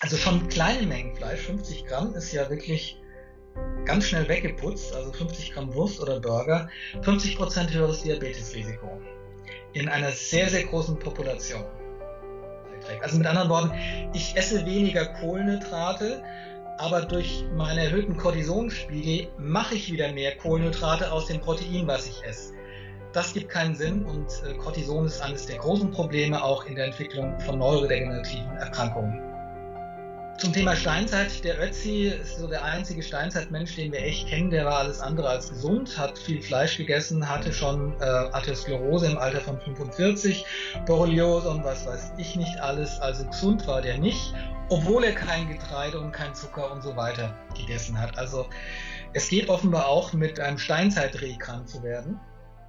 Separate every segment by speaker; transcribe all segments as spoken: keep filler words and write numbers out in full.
Speaker 1: Also schon kleine Mengen Fleisch, fünfzig Gramm, ist ja wirklich ganz schnell weggeputzt, also fünfzig Gramm Wurst oder Burger, fünfzig Prozent höheres Diabetesrisiko in einer sehr, sehr großen Population. Also mit anderen Worten, ich esse weniger Kohlenhydrate, aber durch meinen erhöhten Cortisolspiegel mache ich wieder mehr Kohlenhydrate aus dem Protein, was ich esse. Das gibt keinen Sinn und Cortison ist eines der großen Probleme auch in der Entwicklung von neurodegenerativen Erkrankungen. Zum Thema Steinzeit, der Ötzi ist so der einzige Steinzeitmensch, den wir echt kennen, der war alles andere als gesund, hat viel Fleisch gegessen, hatte schon äh, Atherosklerose im Alter von fünfundvierzig, Borreliose und was weiß ich nicht alles, also gesund war der nicht, obwohl er kein Getreide und kein Zucker und so weiter gegessen hat. Also es geht offenbar auch mit einem Steinzeitreh krank zu werden.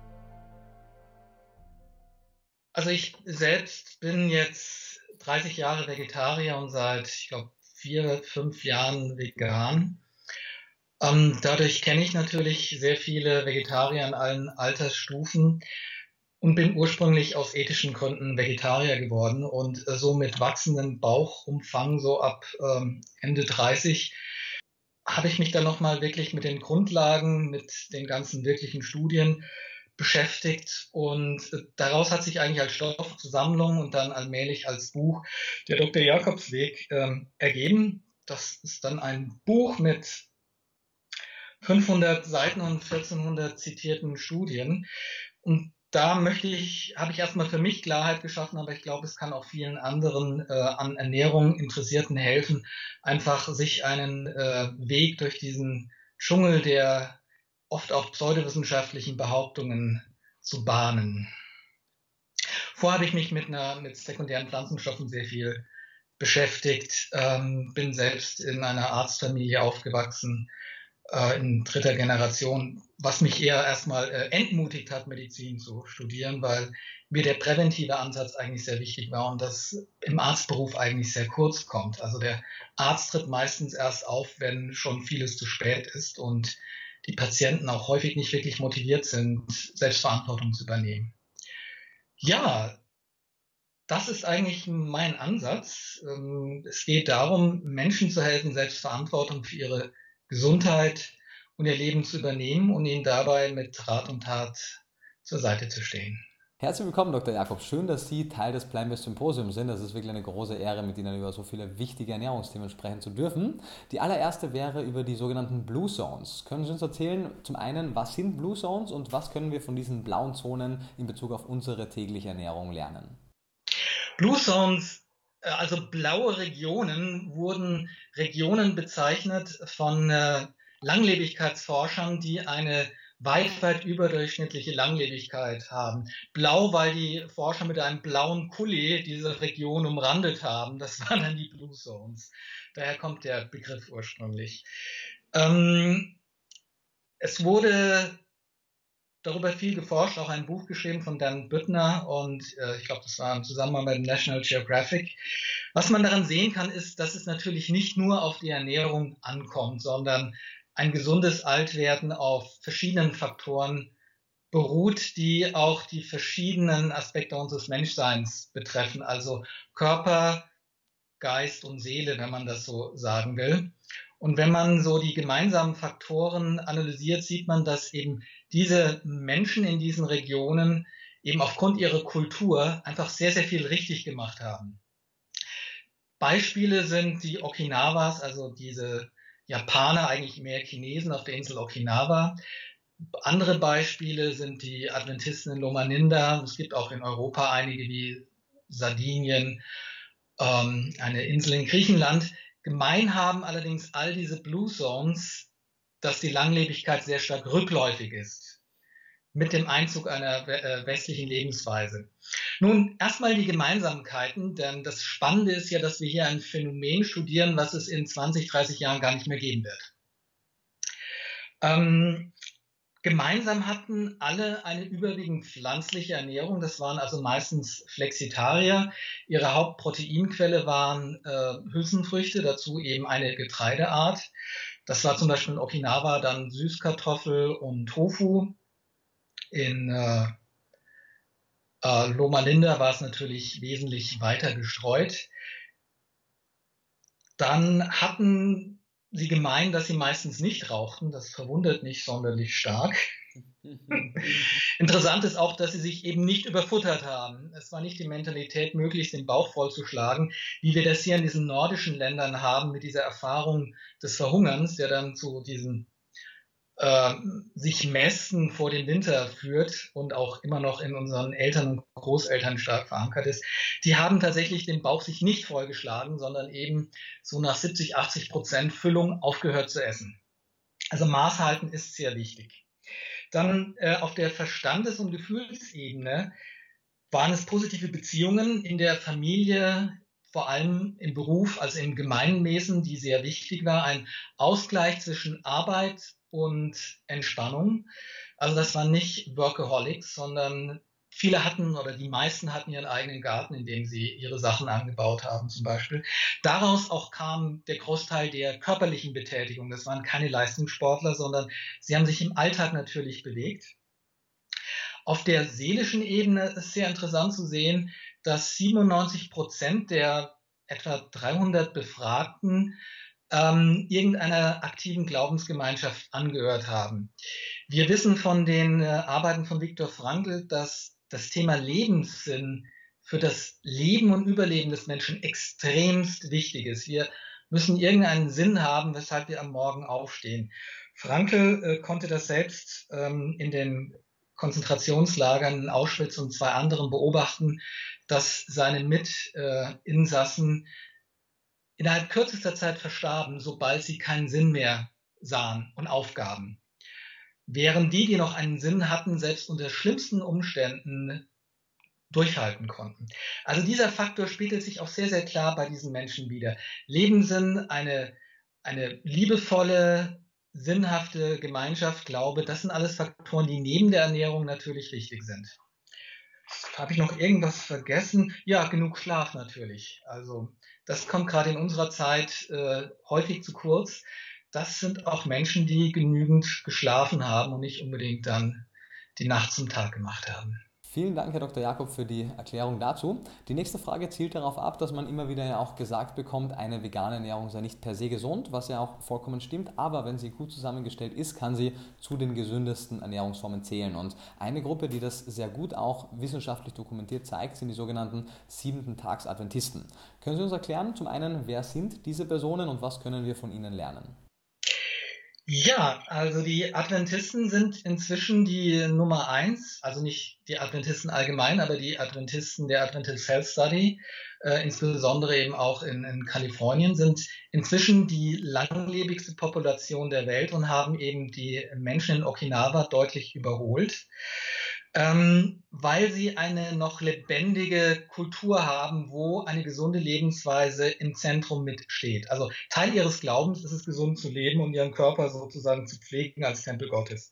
Speaker 1: Also ich selbst bin jetzt dreißig Jahre Vegetarier und seit, ich glaube, vier, fünf Jahren vegan. Ähm, dadurch kenne ich natürlich sehr viele Vegetarier in allen Altersstufen und bin ursprünglich aus ethischen Gründen Vegetarier geworden und äh, so mit wachsendem Bauchumfang, so ab ähm, Ende dreißig, habe ich mich dann nochmal wirklich mit den Grundlagen, mit den ganzen wirklichen Studien beschäftigt und daraus hat sich eigentlich als Stoffsammlung und dann allmählich als Buch der Doktor Jakobsweg ähm, ergeben. Das ist dann ein Buch mit fünfhundert Seiten und vierzehnhundert zitierten Studien und da möchte ich, habe ich erstmal für mich Klarheit geschaffen, aber ich glaube, es kann auch vielen anderen äh, an Ernährung Interessierten helfen, einfach sich einen äh, Weg durch diesen Dschungel der oft auch pseudowissenschaftlichen Behauptungen zu bahnen. Vorher habe ich mich mit, einer, mit sekundären Pflanzenstoffen sehr viel beschäftigt, ähm, bin selbst in einer Arztfamilie aufgewachsen, äh, in dritter Generation, was mich eher erstmal äh, entmutigt hat, Medizin zu studieren, weil mir der präventive Ansatz eigentlich sehr wichtig war und das im Arztberuf eigentlich sehr kurz kommt. Also der Arzt tritt meistens erst auf, wenn schon vieles zu spät ist und die Patienten auch häufig nicht wirklich motiviert sind, Selbstverantwortung zu übernehmen. Ja, das ist eigentlich mein Ansatz. Es geht darum, Menschen zu helfen, Selbstverantwortung für ihre Gesundheit und ihr Leben zu übernehmen und ihnen dabei mit Rat und Tat zur Seite zu stehen.
Speaker 2: Herzlich willkommen, Doktor Jakob. Schön, dass Sie Teil des Plant-Based Symposiums sind. Das ist wirklich eine große Ehre, mit Ihnen über so viele wichtige Ernährungsthemen sprechen zu dürfen. Die allererste wäre über die sogenannten Blue Zones. Können Sie uns erzählen, zum einen, was sind Blue Zones und was können wir von diesen blauen Zonen in Bezug auf unsere tägliche Ernährung lernen?
Speaker 1: Blue Zones, also blaue Regionen, wurden Regionen bezeichnet von äh, Langlebigkeitsforschern, die eine weit, weit überdurchschnittliche Langlebigkeit haben. Blau, weil die Forscher mit einem blauen Kuli diese Region umrandet haben. Das waren dann die Blue Zones. Daher kommt der Begriff ursprünglich. Ähm, es wurde darüber viel geforscht, auch ein Buch geschrieben von Dan Büttner und äh, ich glaube, das war im Zusammenhang mit National Geographic. Was man daran sehen kann, ist, dass es natürlich nicht nur auf die Ernährung ankommt, sondern ein gesundes Altwerden auf verschiedenen Faktoren beruht, die auch die verschiedenen Aspekte unseres Menschseins betreffen, also Körper, Geist und Seele, wenn man das so sagen will. Und wenn man so die gemeinsamen Faktoren analysiert, sieht man, dass eben diese Menschen in diesen Regionen eben aufgrund ihrer Kultur einfach sehr, sehr viel richtig gemacht haben. Beispiele sind die Okinawas, also diese Japaner, eigentlich mehr Chinesen auf der Insel Okinawa. Andere Beispiele sind die Adventisten in Loma Linda. Es gibt auch in Europa einige wie Sardinien, ähm, eine Insel in Griechenland. Gemein haben allerdings all diese Blue Zones, dass die Langlebigkeit sehr stark rückläufig ist, mit dem Einzug einer westlichen Lebensweise. Nun, erstmal die Gemeinsamkeiten, denn das Spannende ist ja, dass wir hier ein Phänomen studieren, was es in zwanzig, dreißig Jahren gar nicht mehr geben wird. Ähm, Gemeinsam hatten alle eine überwiegend pflanzliche Ernährung. Das waren also meistens Flexitarier. Ihre Hauptproteinquelle waren äh, Hülsenfrüchte, dazu eben eine Getreideart. Das war zum Beispiel in Okinawa dann Süßkartoffel und Tofu. In äh, äh, Loma Linda war es natürlich wesentlich weiter gestreut. Dann hatten sie gemeint, dass sie meistens nicht rauchten. Das verwundert nicht sonderlich stark. Interessant ist auch, dass sie sich eben nicht überfuttert haben. Es war nicht die Mentalität, möglichst den Bauch vollzuschlagen, wie wir das hier in diesen nordischen Ländern haben, mit dieser Erfahrung des Verhungerns, der dann zu diesem äh, sich Mästen vor dem Winter führt und auch immer noch in unseren Eltern und Großeltern stark verankert ist. Die haben tatsächlich den Bauch sich nicht vollgeschlagen, sondern eben so nach siebzig, achtzig Prozent Füllung aufgehört zu essen. Also Maß halten ist sehr wichtig. Dann äh, auf der Verstandes- und Gefühlsebene waren es positive Beziehungen in der Familie, vor allem im Beruf, also im Gemeinwesen, die sehr wichtig war. Ein Ausgleich zwischen Arbeit und Entspannung. Also das waren nicht Workaholics, sondern viele hatten oder die meisten hatten ihren eigenen Garten, in dem sie ihre Sachen angebaut haben zum Beispiel. Daraus auch kam der Großteil der körperlichen Betätigung. Das waren keine Leistungssportler, sondern sie haben sich im Alltag natürlich bewegt. Auf der seelischen Ebene ist sehr interessant zu sehen, dass siebenundneunzig Prozent der etwa dreihundert Befragten ähm, irgendeiner aktiven Glaubensgemeinschaft angehört haben. Wir wissen von den äh, Arbeiten von Viktor Frankl, dass das Thema Lebenssinn für das Leben und Überleben des Menschen extremst wichtig ist. Wir müssen irgendeinen Sinn haben, weshalb wir am Morgen aufstehen. Frankl äh, konnte das selbst ähm, in den Konzentrationslagern in Auschwitz und zwei anderen beobachten, dass seine Mitinsassen innerhalb kürzester Zeit verstarben, sobald sie keinen Sinn mehr sahen und aufgaben. Während die, die noch einen Sinn hatten, selbst unter schlimmsten Umständen durchhalten konnten. Also dieser Faktor spiegelt sich auch sehr, sehr klar bei diesen Menschen wider. Lebenssinn, eine, eine liebevolle, sinnhafte Gemeinschaft, Glaube, das sind alles Faktoren, die neben der Ernährung natürlich wichtig sind. Habe ich noch irgendwas vergessen? Ja, genug Schlaf natürlich. Also das kommt gerade in unserer Zeit äh, häufig zu kurz. Das sind auch Menschen, die genügend geschlafen haben und nicht unbedingt dann die Nacht zum Tag gemacht haben.
Speaker 2: Vielen Dank, Herr Doktor Jakob, für die Erklärung dazu. Die nächste Frage zielt darauf ab, dass man immer wieder ja auch gesagt bekommt, eine vegane Ernährung sei nicht per se gesund, was ja auch vollkommen stimmt, aber wenn sie gut zusammengestellt ist, kann sie zu den gesündesten Ernährungsformen zählen. Und eine Gruppe, die das sehr gut auch wissenschaftlich dokumentiert zeigt, sind die sogenannten Siebenten-Tags-Adventisten. Können Sie uns erklären, zum einen, wer sind diese Personen und was können wir von ihnen lernen?
Speaker 1: Ja, also die Adventisten sind inzwischen die Nummer eins, also nicht die Adventisten allgemein, aber die Adventisten der Adventist Health Study, äh, insbesondere eben auch in, in Kalifornien, sind inzwischen die langlebigste Population der Welt und haben eben die Menschen in Okinawa deutlich überholt. Ähm, weil sie eine noch lebendige Kultur haben, wo eine gesunde Lebensweise im Zentrum mitsteht. Also Teil ihres Glaubens ist es, gesund zu leben und ihren Körper sozusagen zu pflegen als Tempel Gottes.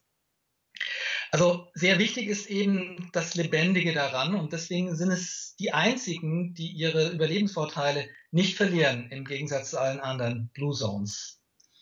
Speaker 1: Also sehr wichtig ist eben das Lebendige daran und deswegen sind es die einzigen, die ihre Überlebensvorteile nicht verlieren, im Gegensatz zu allen anderen Blue Zones.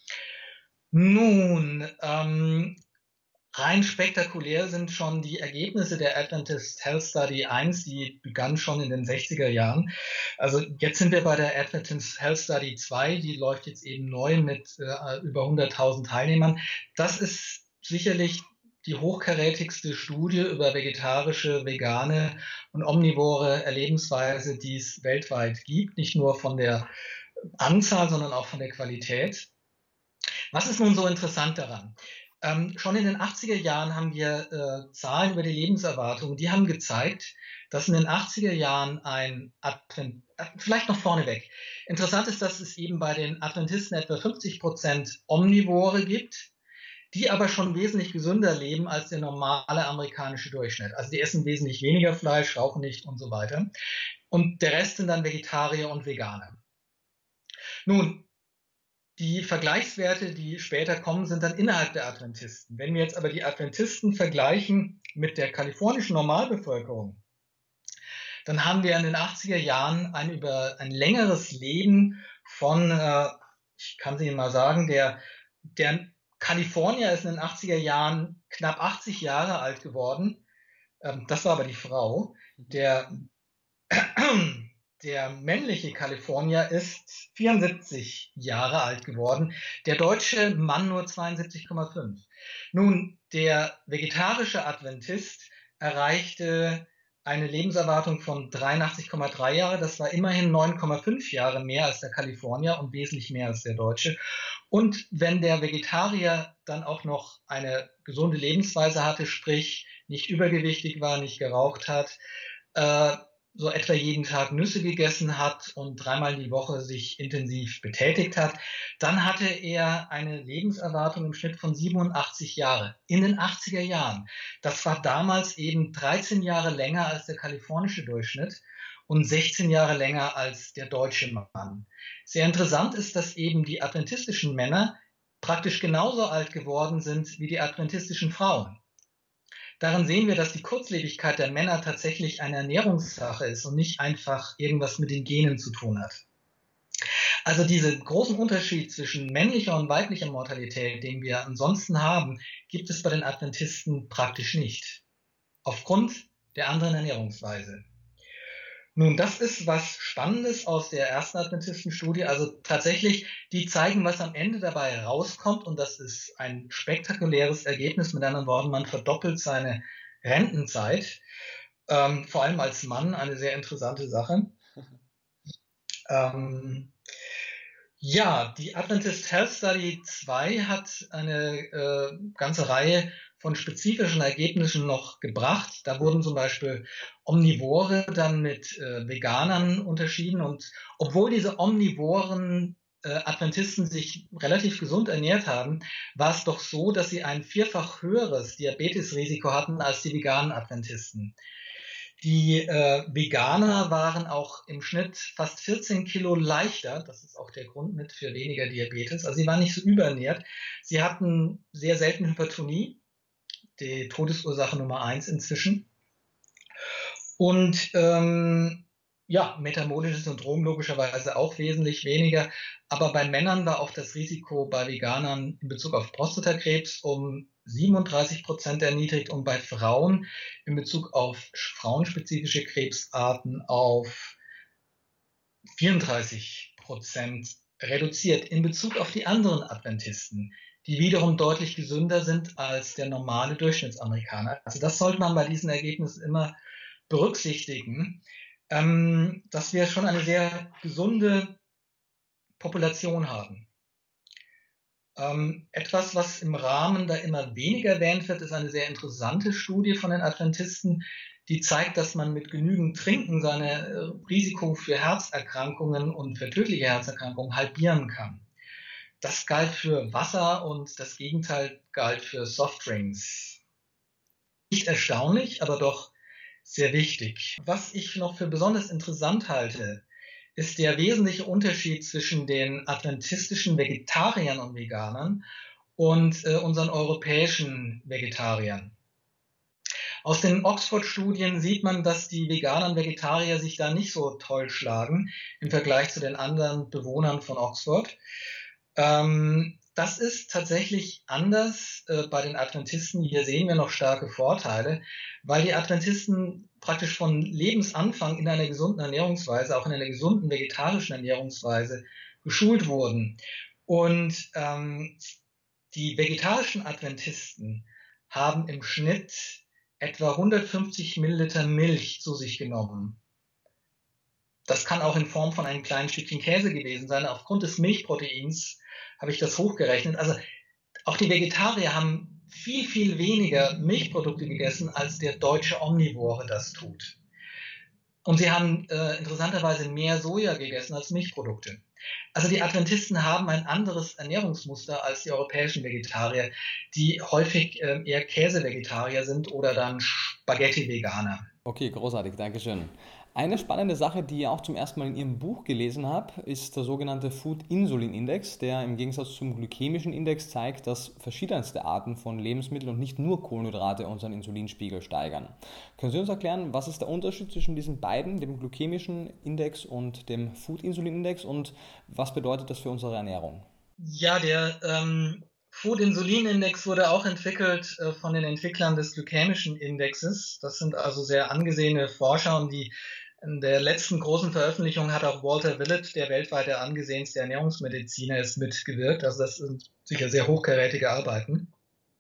Speaker 1: Nun, ähm, rein spektakulär sind schon die Ergebnisse der Adventist Health Study eins, die begann schon in den sechziger Jahren. Also jetzt sind wir bei der Adventist Health Study zwei, die läuft jetzt eben neu mit äh, über hunderttausend Teilnehmern. Das ist sicherlich die hochkarätigste Studie über vegetarische, vegane und omnivore Lebensweise, die es weltweit gibt, nicht nur von der Anzahl, sondern auch von der Qualität. Was ist nun so interessant daran? Ähm, schon in den achtziger Jahren haben wir äh, Zahlen über die Lebenserwartung, die haben gezeigt, dass in den achtziger Jahren ein Advent, äh, vielleicht noch vorneweg. Interessant ist, dass es eben bei den Adventisten etwa fünfzig Prozent Omnivore gibt, die aber schon wesentlich gesünder leben als der normale amerikanische Durchschnitt. Also die essen wesentlich weniger Fleisch, rauchen nicht und so weiter. Und der Rest sind dann Vegetarier und Veganer. Nun, die Vergleichswerte, die später kommen, sind dann innerhalb der Adventisten. Wenn wir jetzt aber die Adventisten vergleichen mit der kalifornischen Normalbevölkerung, dann haben wir in den achtziger Jahren ein, über ein längeres Leben von, äh, ich kann es Ihnen mal sagen, der, der Kalifornier ist in den achtziger Jahren knapp achtzig Jahre alt geworden. Ähm, das war aber die Frau. Der Der männliche Kalifornier ist vierundsiebzig Jahre alt geworden, der deutsche Mann nur zweiundsiebzig Komma fünf. Nun, der vegetarische Adventist erreichte eine Lebenserwartung von dreiundachtzig Komma drei Jahre. Das war immerhin neun Komma fünf Jahre mehr als der Kalifornier und wesentlich mehr als der Deutsche. Und wenn der Vegetarier dann auch noch eine gesunde Lebensweise hatte, sprich nicht übergewichtig war, nicht geraucht hat, äh, so etwa jeden Tag Nüsse gegessen hat und dreimal die Woche sich intensiv betätigt hat, dann hatte er eine Lebenserwartung im Schnitt von siebenundachtzig Jahre in den achtziger Jahren. Das war damals eben dreizehn Jahre länger als der kalifornische Durchschnitt und sechzehn Jahre länger als der deutsche Mann. Sehr interessant ist, dass eben die adventistischen Männer praktisch genauso alt geworden sind wie die adventistischen Frauen. Darin sehen wir, dass die Kurzlebigkeit der Männer tatsächlich eine Ernährungssache ist und nicht einfach irgendwas mit den Genen zu tun hat. Also diesen großen Unterschied zwischen männlicher und weiblicher Mortalität, den wir ansonsten haben, gibt es bei den Adventisten praktisch nicht. Aufgrund der anderen Ernährungsweise. Nun, das ist was Spannendes aus der ersten Adventistenstudie. Also tatsächlich, die zeigen, was am Ende dabei rauskommt. Und das ist ein spektakuläres Ergebnis. Mit anderen Worten, man verdoppelt seine Rentenzeit. Ähm, vor allem als Mann eine sehr interessante Sache. Ähm, ja, die Adventist Health Study zwei hat eine äh, ganze Reihe von spezifischen Ergebnissen noch gebracht. Da wurden zum Beispiel Omnivore dann mit äh, Veganern unterschieden. Und obwohl diese omnivoren äh, Adventisten sich relativ gesund ernährt haben, war es doch so, dass sie ein vierfach höheres Diabetesrisiko hatten als die veganen Adventisten. Die äh, Veganer waren auch im Schnitt fast vierzehn Kilo leichter. Das ist auch der Grund mit für weniger Diabetes. Also sie waren nicht so überernährt. Sie hatten sehr selten Hypertonie, die Todesursache Nummer eins inzwischen. Und ähm, ja, metabolisches Syndrom logischerweise auch wesentlich weniger. Aber bei Männern war auch das Risiko bei Veganern in Bezug auf Prostatakrebs um siebenunddreißig Prozent erniedrigt und bei Frauen in Bezug auf frauenspezifische Krebsarten auf vierunddreißig Prozent reduziert in Bezug auf die anderen Adventisten, die wiederum deutlich gesünder sind als der normale Durchschnittsamerikaner. Also das sollte man bei diesen Ergebnissen immer berücksichtigen, ähm, dass wir schon eine sehr gesunde Population haben. Ähm, etwas, was im Rahmen da immer weniger erwähnt wird, ist eine sehr interessante Studie von den Adventisten, die zeigt, dass man mit genügend Trinken sein äh, Risiko für Herzerkrankungen und für tödliche Herzerkrankungen halbieren kann. Das galt für Wasser und das Gegenteil galt für Softdrinks. Nicht erstaunlich, aber doch sehr wichtig. Was ich noch für besonders interessant halte, ist der wesentliche Unterschied zwischen den adventistischen Vegetariern und Veganern und äh, unseren europäischen Vegetariern. Aus den Oxford-Studien sieht man, dass die Veganer und Vegetarier sich da nicht so toll schlagen im Vergleich zu den anderen Bewohnern von Oxford. Ähm, das ist tatsächlich anders äh, bei den Adventisten. Hier sehen wir noch starke Vorteile, weil die Adventisten praktisch von Lebensanfang in einer gesunden Ernährungsweise, auch in einer gesunden vegetarischen Ernährungsweise geschult wurden. Und ähm, die vegetarischen Adventisten haben im Schnitt etwa hundertfünfzig Milliliter Milch zu sich genommen. Das kann auch in Form von einem kleinen Stückchen Käse gewesen sein. Aufgrund des Milchproteins habe ich das hochgerechnet. Also auch die Vegetarier haben viel, viel weniger Milchprodukte gegessen, als der deutsche Omnivore das tut. Und sie haben äh, interessanterweise mehr Soja gegessen als Milchprodukte. Also die Adventisten haben ein anderes Ernährungsmuster als die europäischen Vegetarier, die häufig äh, eher Käsevegetarier sind oder dann Spaghetti-Veganer.
Speaker 2: Okay, großartig, Dankeschön. Eine spannende Sache, die ich auch zum ersten Mal in Ihrem Buch gelesen habe, ist der sogenannte Food-Insulin-Index, der im Gegensatz zum glykämischen Index zeigt, dass verschiedenste Arten von Lebensmitteln und nicht nur Kohlenhydrate unseren Insulinspiegel steigern. Können Sie uns erklären, was ist der Unterschied zwischen diesen beiden, dem glykämischen Index und dem Food-Insulin-Index, und was bedeutet das für unsere Ernährung?
Speaker 1: Ja, der ähm, Food-Insulin-Index wurde auch entwickelt äh, von den Entwicklern des glykämischen Indexes. Das sind also sehr angesehene Forscher und die In der letzten großen Veröffentlichung hat auch Walter Willett, der weltweit der angesehenste Ernährungsmediziner ist, mitgewirkt. Also das sind sicher sehr hochkarätige Arbeiten.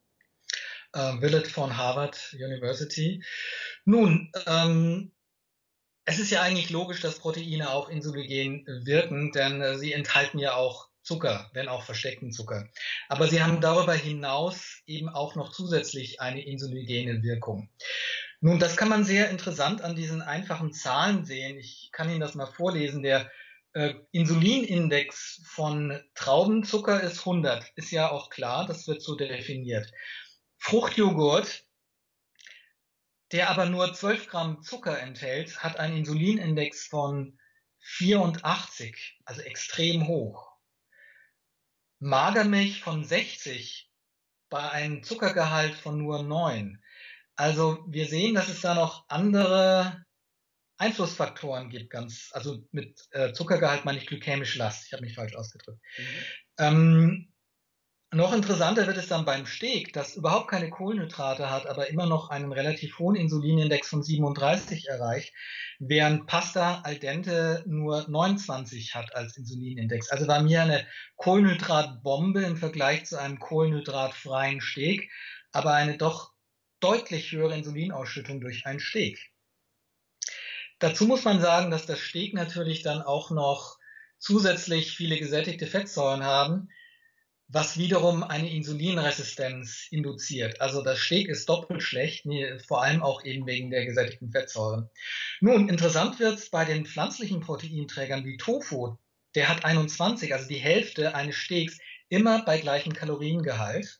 Speaker 1: Äh, Willett von Harvard University. Nun, ähm, es ist ja eigentlich logisch, dass Proteine auch insulinogen wirken, denn äh, sie enthalten ja auch Zucker, wenn auch versteckten Zucker. Aber sie haben darüber hinaus eben auch noch zusätzlich eine insulinogene Wirkung. Nun, das kann man sehr interessant an diesen einfachen Zahlen sehen. Ich kann Ihnen das mal vorlesen. Der äh, Insulinindex von Traubenzucker ist hundert. Ist ja auch klar, das wird so definiert. Fruchtjoghurt, der aber nur zwölf Gramm Zucker enthält, hat einen Insulinindex von vierundachtzig, also extrem hoch. Magermilch von sechzig bei einem Zuckergehalt von nur neun. Also wir sehen, dass es da noch andere Einflussfaktoren gibt, ganz, also mit äh, Zuckergehalt meine ich glykämische Last. Ich habe mich falsch ausgedrückt. Mhm. Ähm, Noch interessanter wird es dann beim Steak, das überhaupt keine Kohlenhydrate hat, aber immer noch einen relativ hohen Insulinindex von siebenunddreißig erreicht, während Pasta al dente nur neunundzwanzig hat als Insulinindex. Also war mir eine Kohlenhydratbombe im Vergleich zu einem kohlenhydratfreien Steak, aber eine doch deutlich höhere Insulinausschüttung durch ein Steak. Dazu muss man sagen, dass das Steak natürlich dann auch noch zusätzlich viele gesättigte Fettsäuren haben, was wiederum eine Insulinresistenz induziert. Also das Steak ist doppelt schlecht, vor allem auch eben wegen der gesättigten Fettsäuren. Nun, interessant wird es bei den pflanzlichen Proteinträgern wie Tofu. Der hat einundzwanzig, also die Hälfte eines Steaks, immer bei gleichem Kaloriengehalt.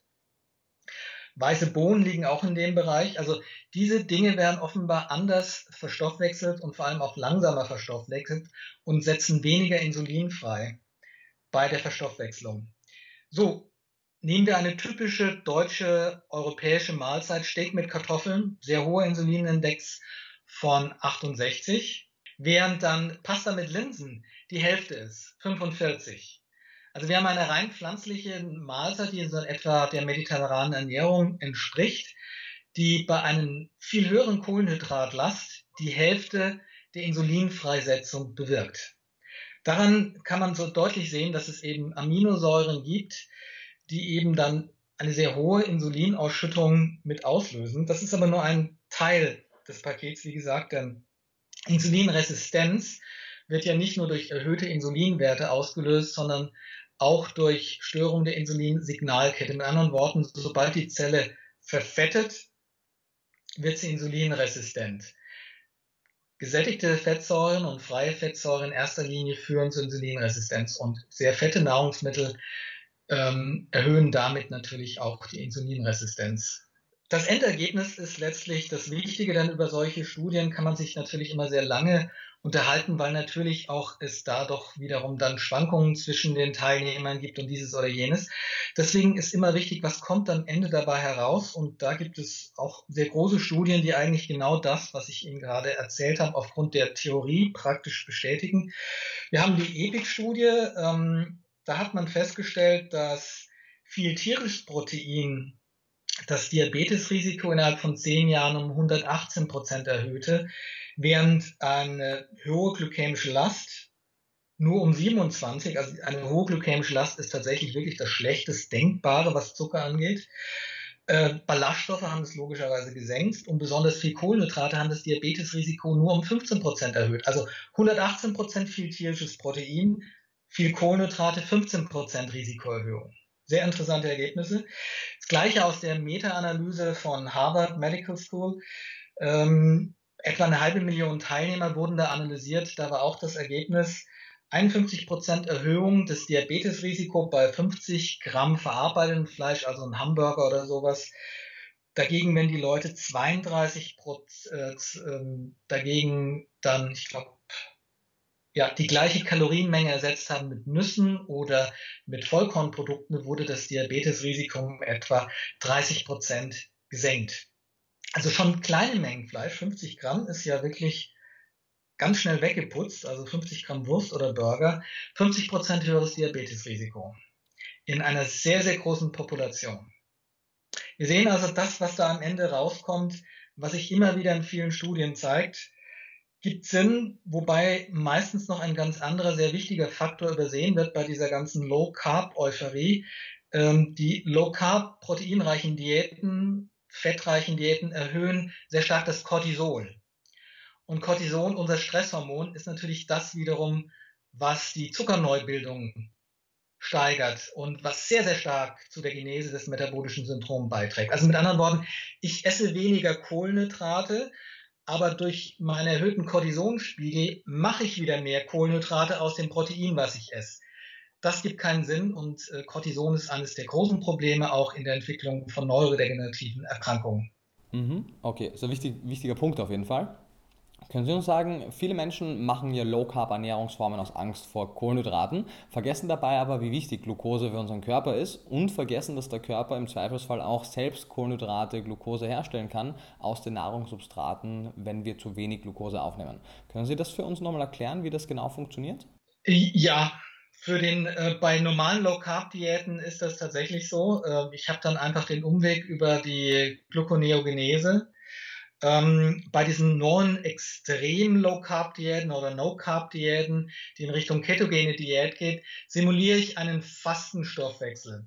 Speaker 1: Weiße Bohnen liegen auch in dem Bereich. Also diese Dinge werden offenbar anders verstoffwechselt und vor allem auch langsamer verstoffwechselt und setzen weniger Insulin frei bei der Verstoffwechslung. So, nehmen wir eine typische deutsche, europäische Mahlzeit, Steak mit Kartoffeln, sehr hoher Insulinindex von achtundsechzig, während dann Pasta mit Linsen die Hälfte ist, fünfundvierzig. Also wir haben eine rein pflanzliche Mahlzeit, die so etwa der mediterranen Ernährung entspricht, die bei einem viel höheren Kohlenhydratlast die Hälfte der Insulinfreisetzung bewirkt. Daran kann man so deutlich sehen, dass es eben Aminosäuren gibt, die eben dann eine sehr hohe Insulinausschüttung mit auslösen. Das ist aber nur ein Teil des Pakets, wie gesagt, denn Insulinresistenz wird ja nicht nur durch erhöhte Insulinwerte ausgelöst, sondern auch durch Störung der Insulinsignalkette. Mit anderen Worten, sobald die Zelle verfettet, wird sie insulinresistent. Gesättigte Fettsäuren und freie Fettsäuren in erster Linie führen zur Insulinresistenz und sehr fette Nahrungsmittel ähm, erhöhen damit natürlich auch die Insulinresistenz. Das Endergebnis ist letztlich das Wichtige, denn über solche Studien kann man sich natürlich immer sehr lange unterhalten, weil natürlich auch es da doch wiederum dann Schwankungen zwischen den Teilnehmern gibt und dieses oder jenes. Deswegen ist immer wichtig, was kommt am Ende dabei heraus, und da gibt es auch sehr große Studien, die eigentlich genau das, was ich Ihnen gerade erzählt habe, aufgrund der Theorie praktisch bestätigen. Wir haben die EPIC-Studie, ähm, da hat man festgestellt, dass viel tierisches Protein das Diabetesrisiko innerhalb von zehn Jahren um hundertachtzehn Prozent erhöhte, während eine hohe glykämische Last nur um siebenundzwanzig, also eine hohe glykämische Last ist tatsächlich wirklich das Schlechteste Denkbare, was Zucker angeht. Äh, Ballaststoffe haben es logischerweise gesenkt und besonders viel Kohlenhydrate haben das Diabetesrisiko nur um fünfzehn Prozent erhöht. Also hundertachtzehn Prozent viel tierisches Protein, viel Kohlenhydrate, fünfzehn Prozent Risikoerhöhung. Sehr interessante Ergebnisse. Das Gleiche aus der Meta-Analyse von Harvard Medical School. Ähm, etwa eine halbe Million Teilnehmer wurden da analysiert. Da war auch das Ergebnis einundfünfzig Prozent Erhöhung des Diabetesrisikos bei fünfzig Gramm verarbeitetem Fleisch, also ein Hamburger oder sowas. Dagegen, wenn die Leute zweiunddreißig Prozent äh, dagegen dann, ich glaube, ja, die gleiche Kalorienmenge ersetzt haben mit Nüssen oder mit Vollkornprodukten, wurde das Diabetesrisiko um etwa dreißig Prozent gesenkt. Also schon kleine Mengen Fleisch, fünfzig Gramm, ist ja wirklich ganz schnell weggeputzt, also fünfzig Gramm Wurst oder Burger, fünfzig Prozent höheres Diabetesrisiko in einer sehr, sehr großen Population. Wir sehen also das, was da am Ende rauskommt, was sich immer wieder in vielen Studien zeigt. gibt Sinn, wobei meistens noch ein ganz anderer, sehr wichtiger Faktor übersehen wird bei dieser ganzen Low-Carb-Euphorie. Ähm, die Low-Carb, proteinreichen Diäten, fettreichen Diäten erhöhen sehr stark das Cortisol. Und Cortisol, unser Stresshormon, ist natürlich das wiederum, was die Zuckerneubildung steigert und was sehr, sehr stark zu der Genese des metabolischen Syndroms beiträgt. Also mit anderen Worten, ich esse weniger Kohlenhydrate, aber durch meinen erhöhten Cortisolspiegel mache ich wieder mehr Kohlenhydrate aus dem Protein, was ich esse. Das gibt keinen Sinn und äh, Cortison ist eines der großen Probleme auch in der Entwicklung von neurodegenerativen Erkrankungen.
Speaker 2: Mhm. Okay, ist ein wichtig, wichtiger Punkt auf jeden Fall. Können Sie uns sagen, viele Menschen machen ja Low-Carb-Ernährungsformen aus Angst vor Kohlenhydraten, vergessen dabei aber, wie wichtig Glucose für unseren Körper ist und vergessen, dass der Körper im Zweifelsfall auch selbst Kohlenhydrate, Glucose herstellen kann aus den Nahrungssubstraten, wenn wir zu wenig Glucose aufnehmen. Können Sie das für uns nochmal erklären, wie das genau funktioniert?
Speaker 1: Ja, für den, äh, bei normalen Low-Carb-Diäten ist das tatsächlich so. Äh, ich habe dann einfach den Umweg über die Gluconeogenese. Ähm, bei diesen neuen extrem Low-Carb-Diäten oder No-Carb-Diäten, die in Richtung ketogene Diät geht, simuliere ich einen Fastenstoffwechsel.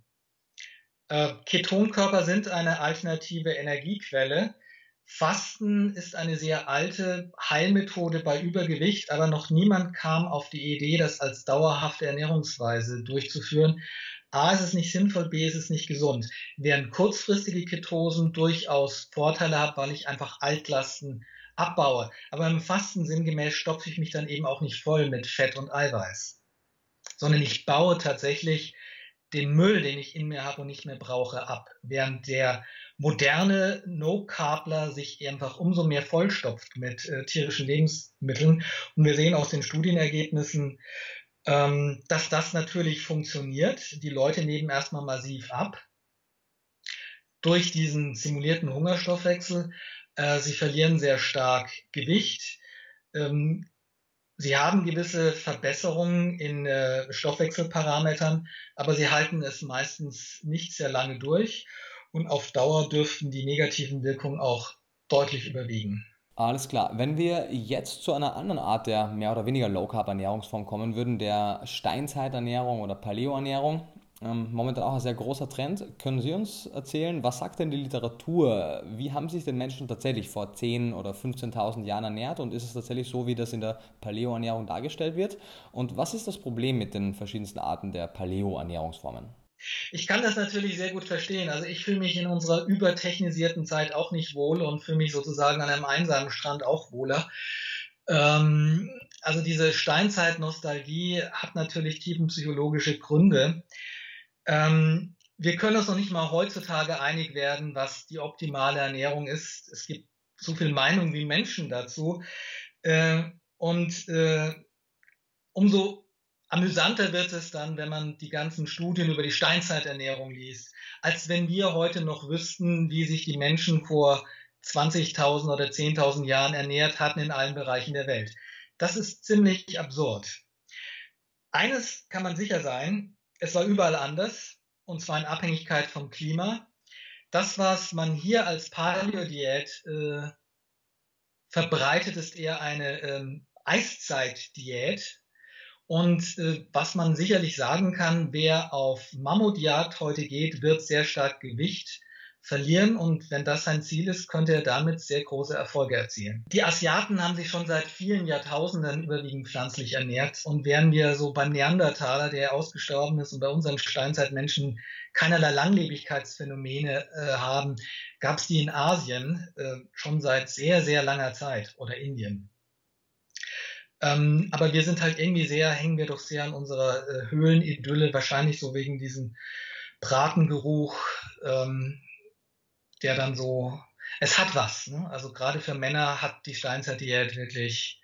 Speaker 1: Äh, Ketonkörper sind eine alternative Energiequelle. Fasten ist eine sehr alte Heilmethode bei Übergewicht, aber noch niemand kam auf die Idee, das als dauerhafte Ernährungsweise durchzuführen. A, ist es nicht sinnvoll, B, ist es nicht gesund. Während kurzfristige Ketosen durchaus Vorteile haben, weil ich einfach Altlasten abbaue. Aber im Fasten sinngemäß stopfe ich mich dann eben auch nicht voll mit Fett und Eiweiß, sondern ich baue tatsächlich den Müll, den ich in mir habe und nicht mehr brauche, ab. Während der moderne No-Carbler sich einfach umso mehr vollstopft mit äh, tierischen Lebensmitteln. Und wir sehen aus den Studienergebnissen, ähm, dass das natürlich funktioniert. Die Leute nehmen erstmal massiv ab durch diesen simulierten Hungerstoffwechsel. Äh, sie verlieren sehr stark Gewicht. Ähm, Sie haben gewisse Verbesserungen in äh, Stoffwechselparametern, aber sie halten es meistens nicht sehr lange durch und auf Dauer dürften die negativen Wirkungen auch deutlich überwiegen.
Speaker 2: Alles klar. Wenn wir jetzt zu einer anderen Art der mehr oder weniger Low-Carb-Ernährungsform kommen würden, der Steinzeiternährung oder Paleo-Ernährung, ähm, momentan auch ein sehr großer Trend, können Sie uns erzählen, was sagt denn die Literatur? Wie haben sich denn Menschen tatsächlich vor zehntausend oder fünfzehntausend Jahren ernährt und ist es tatsächlich so, wie das in der Paleo-Ernährung dargestellt wird? Und was ist das Problem mit den verschiedensten Arten der Paleo-Ernährungsformen?
Speaker 1: Ich kann das natürlich sehr gut verstehen. Also ich fühle mich in unserer übertechnisierten Zeit auch nicht wohl und fühle mich sozusagen an einem einsamen Strand auch wohler. Ähm, also diese Steinzeit-Nostalgie hat natürlich tiefenpsychologische Gründe. Ähm, wir können uns noch nicht mal heutzutage einig werden, was die optimale Ernährung ist. Es gibt so viel Meinung wie Menschen dazu. Äh, und äh, umso amüsanter wird es dann, wenn man die ganzen Studien über die Steinzeiternährung liest, als wenn wir heute noch wüssten, wie sich die Menschen vor zwanzigtausend oder zehntausend Jahren ernährt hatten in allen Bereichen der Welt. Das ist ziemlich absurd. Eines kann man sicher sein, es war überall anders, und zwar in Abhängigkeit vom Klima. Das, was man hier als Paleo-Diät äh, verbreitet, ist eher eine ähm, Eiszeit-Diät. Und äh, was man sicherlich sagen kann, wer auf Mammutjagd heute geht, wird sehr stark Gewicht verlieren. Und wenn das sein Ziel ist, könnte er damit sehr große Erfolge erzielen. Die Asiaten haben sich schon seit vielen Jahrtausenden überwiegend pflanzlich ernährt. Und während wir so beim Neandertaler, der ausgestorben ist, und bei unseren Steinzeitmenschen keinerlei Langlebigkeitsphänomene äh, haben, gab es die in Asien äh, schon seit sehr, sehr langer Zeit oder Indien. Ähm, aber wir sind halt irgendwie sehr, hängen wir doch sehr an unserer äh, Höhlenidylle, wahrscheinlich so wegen diesem Bratengeruch, ähm, der dann so, es hat was, ne? Also gerade für Männer hat die Steinzeitdiät wirklich,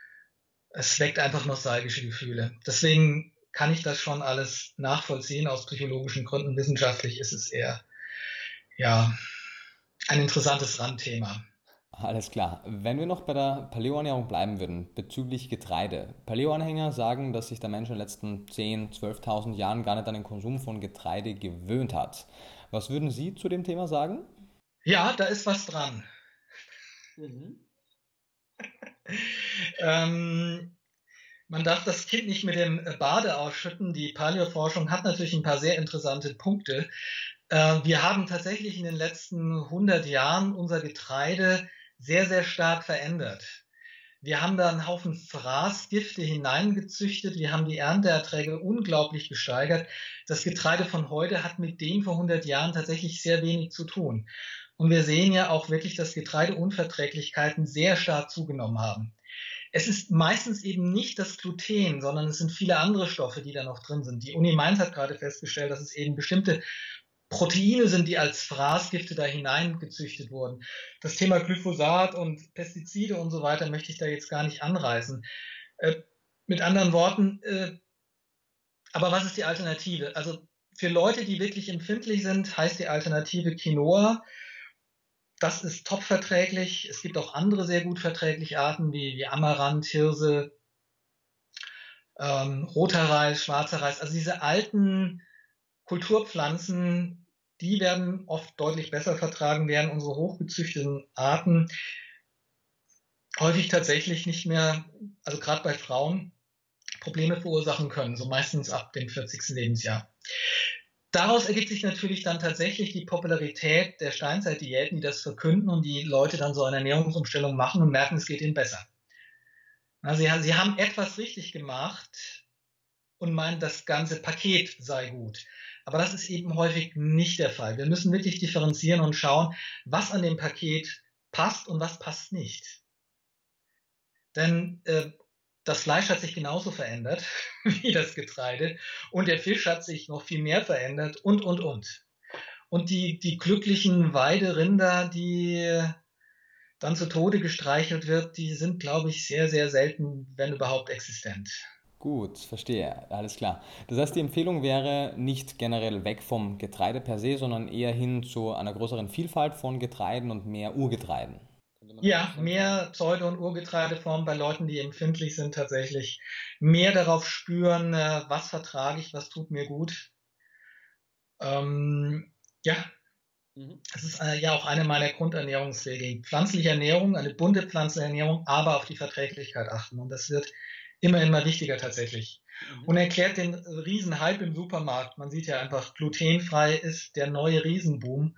Speaker 1: es weckt einfach nostalgische Gefühle. Deswegen kann ich das schon alles nachvollziehen aus psychologischen Gründen. Wissenschaftlich ist es eher, ja, ein interessantes Randthema.
Speaker 2: Alles klar. Wenn wir noch bei der Paleo-Ernährung bleiben würden, bezüglich Getreide. Paleo-Anhänger sagen, dass sich der Mensch in den letzten zehntausend, zwölftausend Jahren gar nicht an den Konsum von Getreide gewöhnt hat. Was würden Sie zu dem Thema sagen?
Speaker 1: Ja, da ist was dran.
Speaker 2: Mhm.
Speaker 1: ähm, man darf das Kind nicht mit dem Bade ausschütten. Die Paläoforschung hat natürlich ein paar sehr interessante Punkte. Äh, wir haben tatsächlich in den letzten hundert Jahren unser Getreide sehr, sehr stark verändert. Wir haben da einen Haufen Fraßgifte hineingezüchtet. Wir haben die Ernteerträge unglaublich gesteigert. Das Getreide von heute hat mit dem vor hundert Jahren tatsächlich sehr wenig zu tun. Und wir sehen ja auch wirklich, dass Getreideunverträglichkeiten sehr stark zugenommen haben. Es ist meistens eben nicht das Gluten, sondern es sind viele andere Stoffe, die da noch drin sind. Die Uni Mainz hat gerade festgestellt, dass es eben bestimmte Proteine sind, die als Fraßgifte da hineingezüchtet wurden. Das Thema Glyphosat und Pestizide und so weiter möchte ich da jetzt gar nicht anreißen. Äh, mit anderen Worten, äh, aber was ist die Alternative? Also für Leute, die wirklich empfindlich sind, heißt die Alternative Quinoa. Das ist top verträglich. Es gibt auch andere sehr gut verträgliche Arten wie, wie Amaranth, Hirse, ähm, roter Reis, schwarzer Reis. Also diese alten Kulturpflanzen, die werden oft deutlich besser vertragen, während unsere hochgezüchteten Arten häufig tatsächlich nicht mehr, also gerade bei Frauen, Probleme verursachen können, so meistens ab dem vierzigsten Lebensjahr. Daraus ergibt sich natürlich dann tatsächlich die Popularität der Steinzeitdiäten, die das verkünden und die Leute dann so eine Ernährungsumstellung machen und merken, es geht ihnen besser. Also sie, sie haben etwas richtig gemacht und meinen, das ganze Paket sei gut. Aber das ist eben häufig nicht der Fall. Wir müssen wirklich differenzieren und schauen, was an dem Paket passt und was passt nicht. Denn äh, das Fleisch hat sich genauso verändert wie das Getreide und der Fisch hat sich noch viel mehr verändert und, und, und. Und die, die glücklichen Weiderinder, die dann zu Tode gestreichelt wird, die sind, glaube ich, sehr, sehr selten, wenn überhaupt existent.
Speaker 2: Gut, verstehe, alles klar. Das heißt, die Empfehlung wäre nicht generell weg vom Getreide per se, sondern eher hin zu einer größeren Vielfalt von Getreiden und mehr Urgetreiden.
Speaker 1: Ja, mehr Pseudo- und Urgetreideformen bei Leuten, die empfindlich sind, tatsächlich mehr darauf spüren, was vertrage ich, was tut mir gut. Ähm, ja, mhm. Das ist äh, ja auch eine meiner Grundernährungsregeln. Pflanzliche Ernährung, eine bunte pflanzliche Ernährung, aber auf die Verträglichkeit achten. Und das wird immer, immer wichtiger tatsächlich. Mhm. Und erklärt den Riesenhype im Supermarkt. Man sieht ja einfach, glutenfrei ist der neue Riesenboom.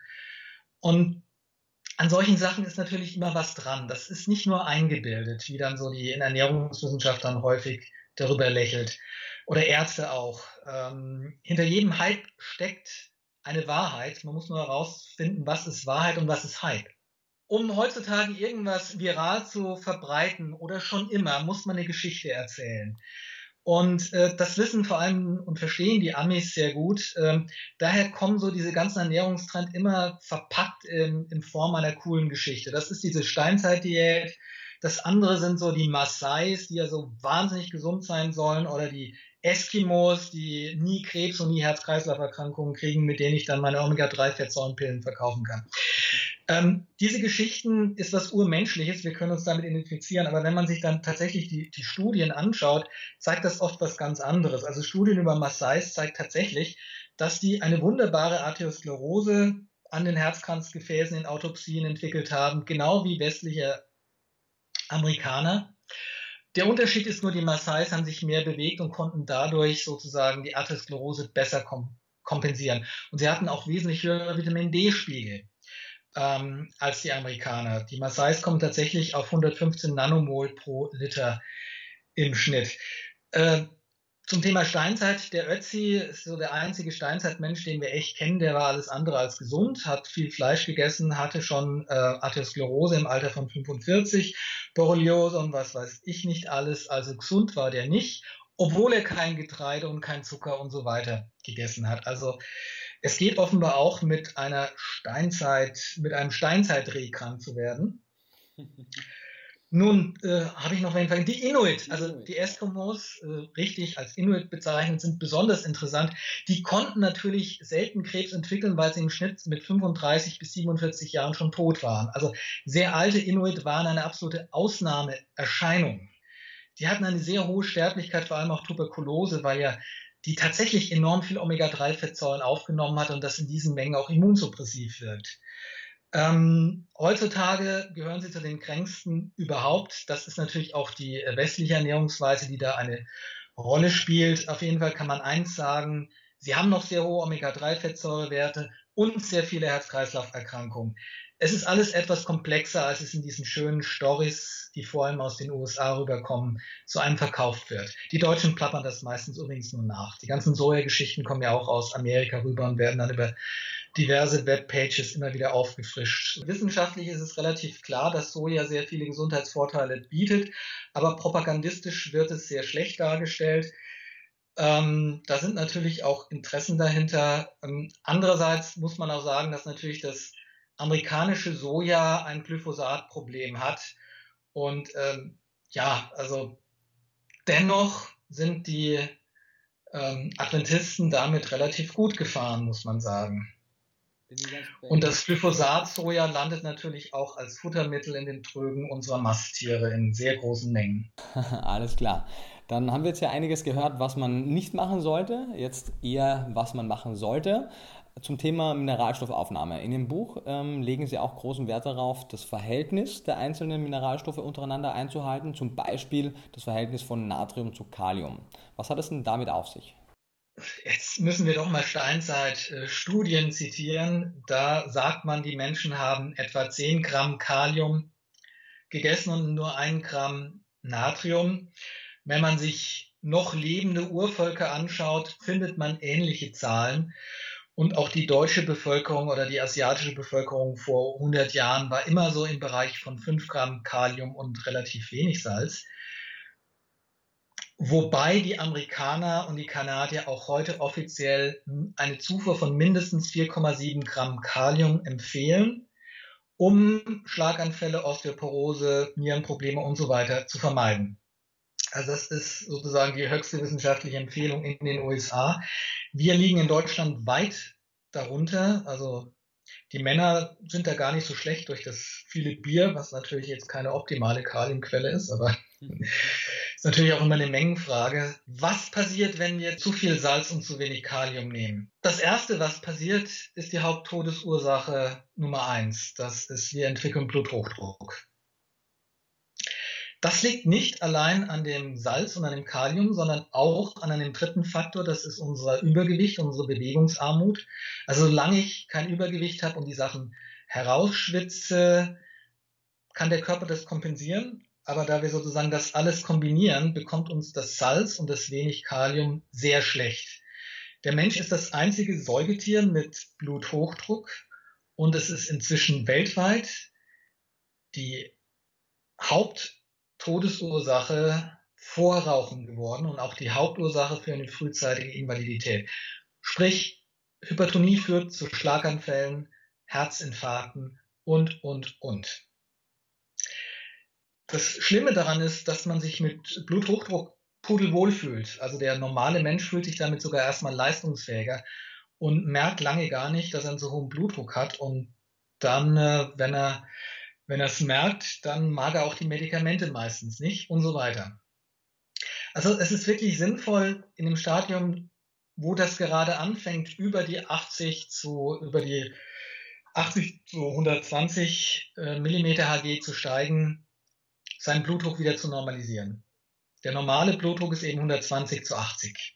Speaker 1: Und an solchen Sachen ist natürlich immer was dran. Das ist nicht nur eingebildet, wie dann so die Ernährungswissenschaft dann häufig darüber lächelt. Oder Ärzte auch. Ähm, hinter jedem Hype steckt eine Wahrheit. Man muss nur herausfinden, was ist Wahrheit und was ist Hype. Um heutzutage irgendwas viral zu verbreiten oder schon immer, muss man eine Geschichte erzählen. Und äh, das wissen vor allem und verstehen die Amis sehr gut. Ähm, daher kommen so diese ganzen Ernährungstrends immer verpackt in, in Form einer coolen Geschichte. Das ist diese Steinzeitdiät. Das andere sind so die Maasais, die ja so wahnsinnig gesund sein sollen, oder die Eskimos, die nie Krebs und nie Herz-Kreislauf-Erkrankungen kriegen, mit denen ich dann meine Omega drei Fettsäurenpillen verkaufen kann. Ähm, diese Geschichten ist was Urmenschliches, wir können uns damit identifizieren, aber wenn man sich dann tatsächlich die, die Studien anschaut, zeigt das oft was ganz anderes. Also Studien über Maasais zeigt tatsächlich, dass die eine wunderbare Arteriosklerose an den Herzkranzgefäßen in Autopsien entwickelt haben, genau wie westliche Amerikaner. Der Unterschied ist nur, die Maasais haben sich mehr bewegt und konnten dadurch sozusagen die Arteriosklerose besser kom- kompensieren. Und sie hatten auch wesentlich höhere Vitamin-D-Spiegel ähm, als die Amerikaner. Die Maasais kommen tatsächlich auf hundertfünfzehn Nanomol pro Liter im Schnitt. Äh, zum Thema Steinzeit, der Ötzi ist so der einzige Steinzeitmensch, den wir echt kennen, der war alles andere als gesund, hat viel Fleisch gegessen, hatte schon äh, Arteriosklerose im Alter von fünfundvierzig, Borreliose und was weiß ich nicht alles, also gesund war der nicht, obwohl er kein Getreide und kein Zucker und so weiter gegessen hat. Also es geht offenbar auch mit einer Steinzeit, mit einem Steinzeitreh krank zu werden. Nun äh, habe ich noch einen Fall. Die Inuit, also die Eskimos, äh, richtig als Inuit bezeichnet, sind besonders interessant. Die konnten natürlich selten Krebs entwickeln, weil sie im Schnitt mit fünfunddreißig bis siebenundvierzig Jahren schon tot waren. Also sehr alte Inuit waren eine absolute Ausnahmeerscheinung. Die hatten eine sehr hohe Sterblichkeit, vor allem auch Tuberkulose, weil ja die tatsächlich enorm viel Omega drei Fettsäuren aufgenommen hat und das in diesen Mengen auch immunsuppressiv wirkt. Ähm, heutzutage gehören sie zu den kränksten überhaupt. Das ist natürlich auch die westliche Ernährungsweise, die da eine Rolle spielt. Auf jeden Fall kann man eins sagen, sie haben noch sehr hohe Omega drei Fettsäurewerte und sehr viele Herz-Kreislauf-Erkrankungen. Es ist alles etwas komplexer, als es in diesen schönen Storys, die vor allem aus den U S A rüberkommen, zu einem verkauft wird. Die Deutschen plappern das meistens übrigens nur nach. Die ganzen Soja-Geschichten kommen ja auch aus Amerika rüber und werden dann über diverse Webpages immer wieder aufgefrischt. Wissenschaftlich ist es relativ klar, dass Soja sehr viele Gesundheitsvorteile bietet, aber propagandistisch wird es sehr schlecht dargestellt. Ähm, da sind natürlich auch Interessen dahinter. Ähm, andererseits muss man auch sagen, dass natürlich das amerikanische Soja ein Glyphosat-Problem hat. Und ähm, ja, also dennoch sind die ähm, Adventisten damit relativ gut gefahren, muss man sagen. Und das Glyphosat-Soja landet natürlich auch als Futtermittel in den Trögen unserer Masttiere in sehr großen Mengen.
Speaker 2: Alles klar. Dann haben wir jetzt ja einiges gehört, was man nicht machen sollte. Jetzt eher, was man machen sollte. Zum Thema Mineralstoffaufnahme. In dem Buch ähm, legen Sie auch großen Wert darauf, das Verhältnis der einzelnen Mineralstoffe untereinander einzuhalten. Zum Beispiel das Verhältnis von Natrium zu Kalium. Was hat es denn damit auf sich?
Speaker 1: Jetzt müssen wir doch mal Steinzeit-Studien äh, zitieren. Da sagt man, die Menschen haben etwa zehn Gramm Kalium gegessen und nur ein Gramm Natrium. Wenn man sich noch lebende Urvölker anschaut, findet man ähnliche Zahlen. Und auch die deutsche Bevölkerung oder die asiatische Bevölkerung vor hundert Jahren war immer so im Bereich von fünf Gramm Kalium und relativ wenig Salz. Wobei die Amerikaner und die Kanadier auch heute offiziell eine Zufuhr von mindestens vier Komma sieben Gramm Kalium empfehlen, um Schlaganfälle, Osteoporose, Nierenprobleme und so weiter zu vermeiden. Also das ist sozusagen die höchste wissenschaftliche Empfehlung in den U S A. Wir liegen in Deutschland weit darunter. Also die Männer sind da gar nicht so schlecht durch das viele Bier, was natürlich jetzt keine optimale Kaliumquelle ist, aber ist natürlich auch immer eine Mengenfrage. Was passiert, wenn wir zu viel Salz und zu wenig Kalium nehmen? Das Erste, was passiert, ist die Haupttodesursache Nummer eins. Das ist, wir entwickeln Bluthochdruck. Das liegt nicht allein an dem Salz und an dem Kalium, sondern auch an einem dritten Faktor, das ist unser Übergewicht, unsere Bewegungsarmut. Also solange ich kein Übergewicht habe und die Sachen herausschwitze, kann der Körper das kompensieren. Aber da wir sozusagen das alles kombinieren, bekommt uns das Salz und das wenig Kalium sehr schlecht. Der Mensch ist das einzige Säugetier mit Bluthochdruck und es ist inzwischen weltweit die Haupttodesursache vor Rauchen geworden und auch die Hauptursache für eine frühzeitige Invalidität. Sprich, Hypertonie führt zu Schlaganfällen, Herzinfarkten und, und, und. Das Schlimme daran ist, dass man sich mit Bluthochdruck pudelwohl fühlt. Also der normale Mensch fühlt sich damit sogar erstmal leistungsfähiger und merkt lange gar nicht, dass er einen so hohen Blutdruck hat. Und dann, wenn er wenn er es merkt, dann mag er auch die Medikamente meistens nicht und so weiter. Also es ist wirklich sinnvoll in dem Stadium, wo das gerade anfängt, über die achtzig zu über die achtzig zu hundertzwanzig äh, Millimeter Hg zu steigen, seinen Blutdruck wieder zu normalisieren. Der normale Blutdruck ist eben hundertzwanzig zu achtzig.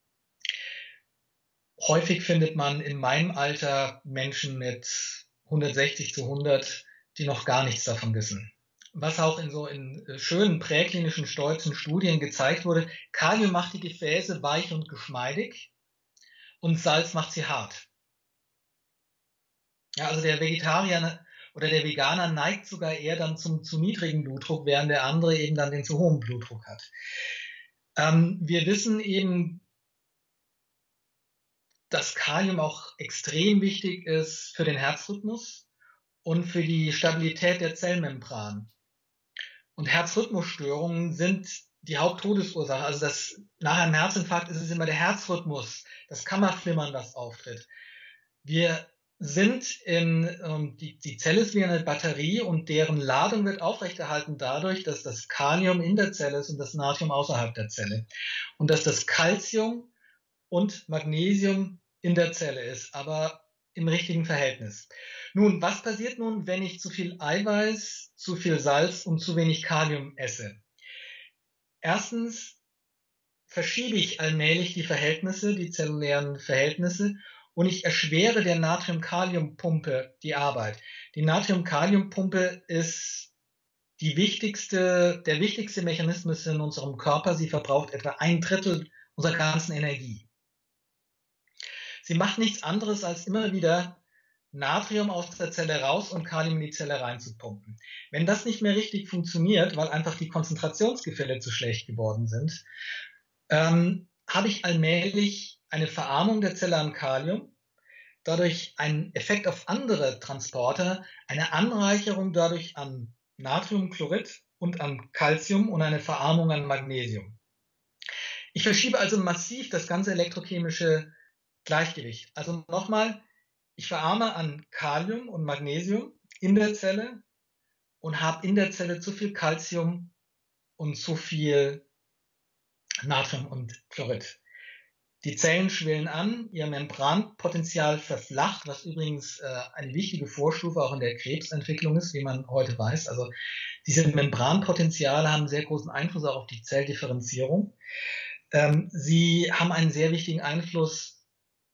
Speaker 1: Häufig findet man in meinem Alter Menschen mit hundertsechzig zu hundert, die noch gar nichts davon wissen. Was auch in so in schönen präklinischen stolzen Studien gezeigt wurde, Kalium macht die Gefäße weich und geschmeidig und Salz macht sie hart. Ja, also der Vegetarier oder der Veganer neigt sogar eher dann zum zu niedrigen Blutdruck, während der andere eben dann den zu hohen Blutdruck hat. Ähm, wir wissen eben, dass Kalium auch extrem wichtig ist für den Herzrhythmus und für die Stabilität der Zellmembran. Und Herzrhythmusstörungen sind die Haupttodesursache. Also das, nach einem Herzinfarkt ist es immer der Herzrhythmus, das Kammerflimmern, das auftritt. Wir sind in, ähm, die, die Zelle ist wie eine Batterie und deren Ladung wird aufrechterhalten dadurch, dass das Kalium in der Zelle ist und das Natrium außerhalb der Zelle. Und dass das Calcium und Magnesium in der Zelle ist. Aber im richtigen Verhältnis. Nun, was passiert nun, wenn ich zu viel Eiweiß, zu viel Salz und zu wenig Kalium esse? Erstens verschiebe ich allmählich die Verhältnisse, die zellulären Verhältnisse, und ich erschwere der Natrium-Kalium-Pumpe die Arbeit. Die Natrium-Kalium-Pumpe ist die wichtigste, der wichtigste Mechanismus in unserem Körper. Sie verbraucht etwa ein Drittel unserer ganzen Energie. Sie macht nichts anderes, als immer wieder Natrium aus der Zelle raus und Kalium in die Zelle reinzupumpen. Wenn das nicht mehr richtig funktioniert, weil einfach die Konzentrationsgefälle zu schlecht geworden sind, ähm, habe ich allmählich eine Verarmung der Zelle an Kalium, dadurch einen Effekt auf andere Transporter, eine Anreicherung dadurch an Natriumchlorid und an Calcium und eine Verarmung an Magnesium. Ich verschiebe also massiv das ganze elektrochemische Gleichgewicht. Also nochmal, ich verarme an Kalium und Magnesium in der Zelle und habe in der Zelle zu viel Calcium und zu viel Natrium und Chlorid. Die Zellen schwillen an, ihr Membranpotenzial verflacht, was übrigens äh, eine wichtige Vorstufe auch in der Krebsentwicklung ist, wie man heute weiß. Also diese Membranpotenziale haben sehr großen Einfluss auch auf die Zelldifferenzierung. Ähm, sie haben einen sehr wichtigen Einfluss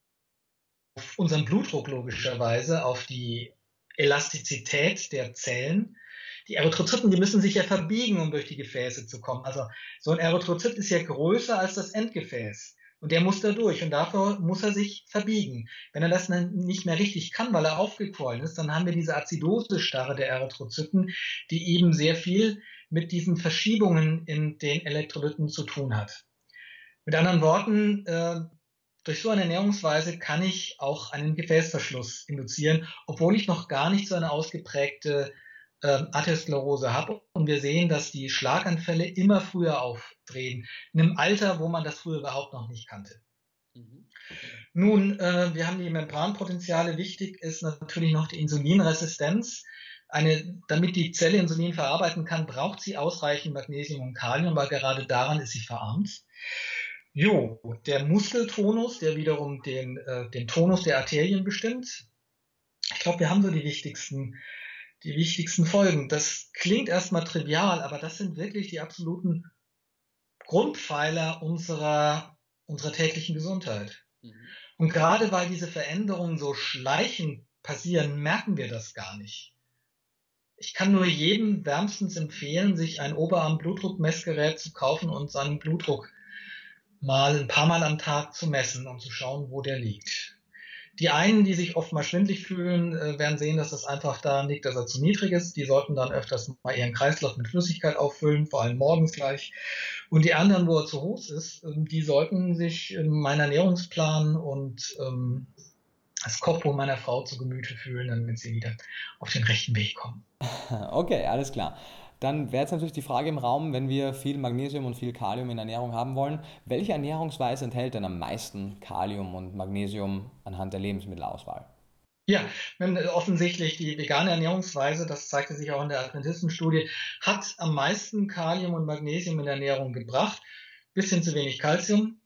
Speaker 1: auf unseren Blutdruck logischerweise, auf die Elastizität der Zellen. Die Erythrozyten, die müssen sich ja verbiegen, um durch die Gefäße zu kommen. Also so ein Erythrozyt ist ja größer als das Endgefäß. Und der muss da durch und dafür muss er sich verbiegen. Wenn er das nicht mehr richtig kann, weil er aufgequollen ist, dann haben wir diese Azidosestarre der Erythrozyten, die eben sehr viel mit diesen Verschiebungen in den Elektrolyten zu tun hat. Mit anderen Worten, äh, durch so eine Ernährungsweise kann ich auch einen Gefäßverschluss induzieren, obwohl ich noch gar nicht so eine ausgeprägte äh, Atherosklerose habe. Und wir sehen, dass die Schlaganfälle immer früher auftreten, in einem Alter, wo man das früher überhaupt noch nicht kannte. Mhm. Nun, äh, wir haben die Membranpotenziale. Wichtig ist natürlich noch die Insulinresistenz. Eine, damit die Zelle Insulin verarbeiten kann, braucht sie ausreichend Magnesium und Kalium, weil gerade daran ist sie verarmt. Jo, der Muskeltonus, der wiederum den, äh, den Tonus der Arterien bestimmt. Ich glaube, wir haben so die wichtigsten, die wichtigsten Folgen. Das klingt erstmal trivial, aber das sind wirklich die absoluten Grundpfeiler unserer, unserer täglichen Gesundheit. Mhm. Und gerade weil diese Veränderungen so schleichend passieren, merken wir das gar nicht. Ich kann nur jedem wärmstens empfehlen, sich ein Oberarm-Blutdruckmessgerät zu kaufen und seinen Blutdruck mal ein paar Mal am Tag zu messen und zu schauen, wo der liegt. Die einen, die sich oft mal schwindelig fühlen, werden sehen, dass das einfach daran liegt, dass er zu niedrig ist. Die sollten dann öfters mal ihren Kreislauf mit Flüssigkeit auffüllen, vor allem morgens gleich. Und die anderen, wo er zu hoch ist, die sollten sich meinen Ernährungsplan und ähm, das Kochbuch meiner Frau zu Gemüte fühlen, damit sie wieder auf den rechten Weg kommen.
Speaker 2: Okay, alles klar. Dann wäre jetzt natürlich die Frage im Raum, wenn wir viel Magnesium und viel Kalium in der Ernährung haben wollen, welche Ernährungsweise enthält denn am meisten Kalium und Magnesium anhand der Lebensmittelauswahl?
Speaker 1: Ja, offensichtlich die vegane Ernährungsweise, das zeigte sich auch in der Adventistenstudie, hat am meisten Kalium und Magnesium in der Ernährung gebracht, bisschen zu wenig Calcium,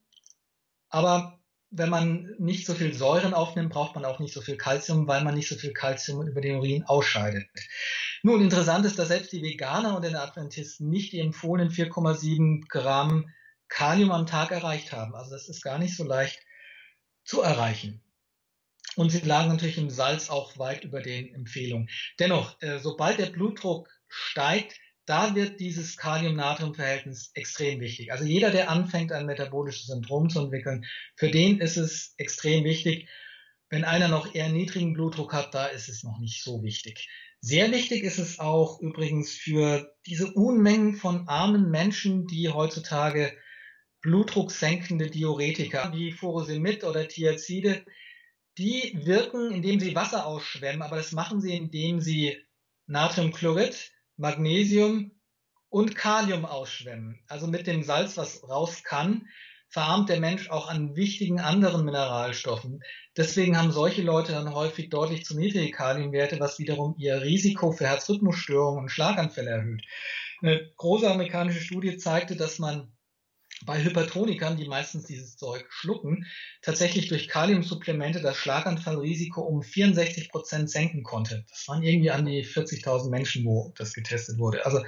Speaker 1: aber wenn man nicht so viel Säuren aufnimmt, braucht man auch nicht so viel Calcium, weil man nicht so viel Calcium über den Urin ausscheidet. Nun, interessant ist, dass selbst die Veganer und die Adventisten nicht die empfohlenen vier Komma sieben Gramm Kalium am Tag erreicht haben. Also das ist gar nicht so leicht zu erreichen. Und sie lagen natürlich im Salz auch weit über den Empfehlungen. Dennoch, äh, sobald der Blutdruck steigt, da wird dieses Kalium-Natrium-Verhältnis extrem wichtig. Also jeder, der anfängt, ein metabolisches Syndrom zu entwickeln, für den ist es extrem wichtig. Wenn einer noch eher niedrigen Blutdruck hat, da ist es noch nicht so wichtig. Sehr wichtig ist es auch übrigens für diese Unmengen von armen Menschen, die heutzutage blutdrucksenkende Diuretika wie Furosemid oder Thiazide, die wirken, indem sie Wasser ausschwemmen, aber das machen sie, indem sie Natriumchlorid, Magnesium und Kalium ausschwemmen. Also mit dem Salz, was raus kann, verarmt der Mensch auch an wichtigen anderen Mineralstoffen. Deswegen haben solche Leute dann häufig deutlich zu niedrige Kaliumwerte, was wiederum ihr Risiko für Herzrhythmusstörungen und Schlaganfälle erhöht. Eine große amerikanische Studie zeigte, dass man bei Hypertonikern, die meistens dieses Zeug schlucken, tatsächlich durch Kaliumsupplemente das Schlaganfallrisiko um vierundsechzig Prozent senken konnte. Das waren irgendwie an die vierzigtausend Menschen, wo das getestet wurde. Also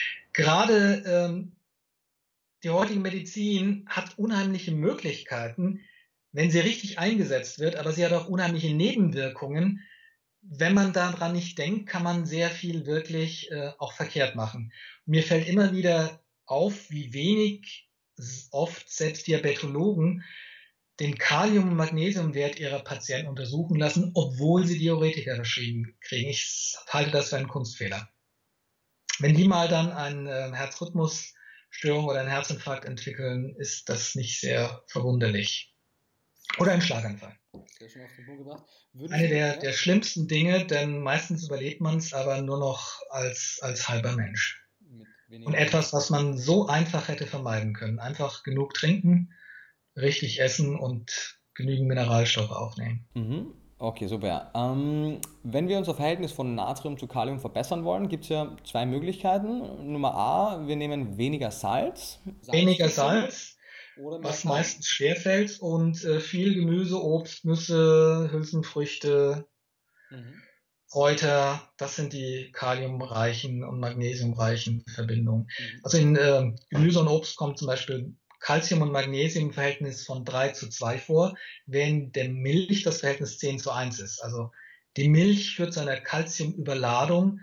Speaker 1: gerade ähm, die heutige Medizin hat unheimliche Möglichkeiten, wenn sie richtig eingesetzt wird, aber sie hat auch unheimliche Nebenwirkungen. Wenn man daran nicht denkt, kann man sehr viel wirklich äh, auch verkehrt machen. Mir fällt immer wieder auf, wie wenig oft selbst Diabetologen den Kalium- und Magnesiumwert ihrer Patienten untersuchen lassen, obwohl sie Diuretika verschrieben kriegen. Ich halte das für einen Kunstfehler. Wenn die mal dann eine äh, Herzrhythmusstörung oder einen Herzinfarkt entwickeln, ist das nicht sehr verwunderlich. Oder ein Schlaganfall.
Speaker 2: Sehr schön auf den Punkt gebracht. Würde
Speaker 1: Eine
Speaker 2: Sie,
Speaker 1: der,
Speaker 2: ja?
Speaker 1: der schlimmsten Dinge, denn meistens überlebt man es aber nur noch als, als halber Mensch.
Speaker 2: Mit weniger
Speaker 1: Und etwas, was man so einfach hätte vermeiden können. Einfach genug trinken, richtig essen und genügend Mineralstoffe aufnehmen.
Speaker 2: Mhm. Okay, super. Ähm, wenn wir unser Verhältnis von Natrium zu Kalium verbessern wollen, gibt es ja zwei Möglichkeiten. Nummer A, wir nehmen weniger Salz.
Speaker 1: Weniger
Speaker 2: Salz
Speaker 1: Salz,
Speaker 2: oder mehr
Speaker 1: was
Speaker 2: Kalium.
Speaker 1: meistens schwerfällt, und äh, viel Gemüse, Obst, Nüsse, Hülsenfrüchte,
Speaker 2: Mhm.
Speaker 1: Kräuter, das sind die kaliumreichen und magnesiumreichen Verbindungen.
Speaker 2: Mhm.
Speaker 1: Also in äh, Gemüse und Obst kommt zum Beispiel Calcium und Magnesium im Verhältnis von drei zu zwei vor, während der Milch das Verhältnis zehn zu eins ist. Also die Milch führt zu einer Calciumüberladung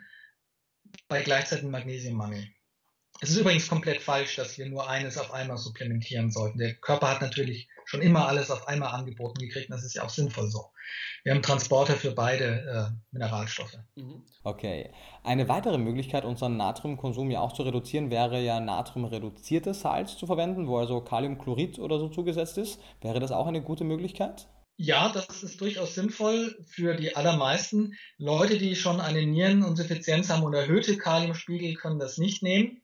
Speaker 1: bei gleichzeitigem Magnesiummangel. Es ist übrigens komplett falsch, dass wir nur eines auf einmal supplementieren sollten. Der Körper hat natürlich schon immer alles auf einmal angeboten gekriegt, und das ist ja auch sinnvoll so. Wir haben Transporter für beide äh, Mineralstoffe.
Speaker 2: Okay. Eine weitere Möglichkeit, unseren Natriumkonsum ja auch zu reduzieren, wäre ja natriumreduziertes Salz zu verwenden, wo also Kaliumchlorid oder so zugesetzt ist. Wäre das auch eine gute Möglichkeit?
Speaker 1: Ja, das ist durchaus sinnvoll für die allermeisten. Leute, die schon eine Niereninsuffizienz haben und erhöhte Kaliumspiegel, können das nicht nehmen.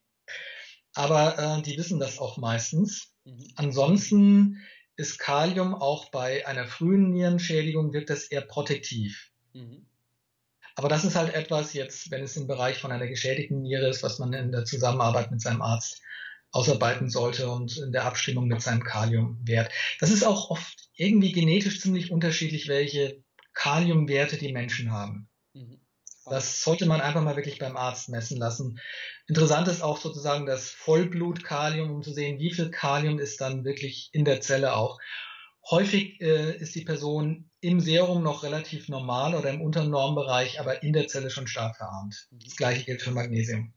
Speaker 1: Aber äh, die wissen das auch meistens.
Speaker 2: Mhm.
Speaker 1: Ansonsten ist Kalium auch bei einer frühen Nierenschädigung, wirkt das eher protektiv.
Speaker 2: Mhm.
Speaker 1: Aber das ist halt etwas jetzt, wenn es im Bereich von einer geschädigten Niere ist, was man in der Zusammenarbeit mit seinem Arzt ausarbeiten sollte und in der Abstimmung mit seinem Kaliumwert. Das ist auch oft irgendwie genetisch ziemlich unterschiedlich, welche Kaliumwerte die Menschen haben.
Speaker 2: Mhm.
Speaker 1: Das sollte man einfach mal wirklich beim Arzt messen lassen. Interessant ist auch sozusagen das Vollblutkalium, um zu sehen, wie viel Kalium ist dann wirklich in der Zelle auch. Häufig äh, ist die Person im Serum noch relativ normal oder im unteren Normbereich, aber in der Zelle schon stark verarmt. Das gleiche gilt für Magnesium.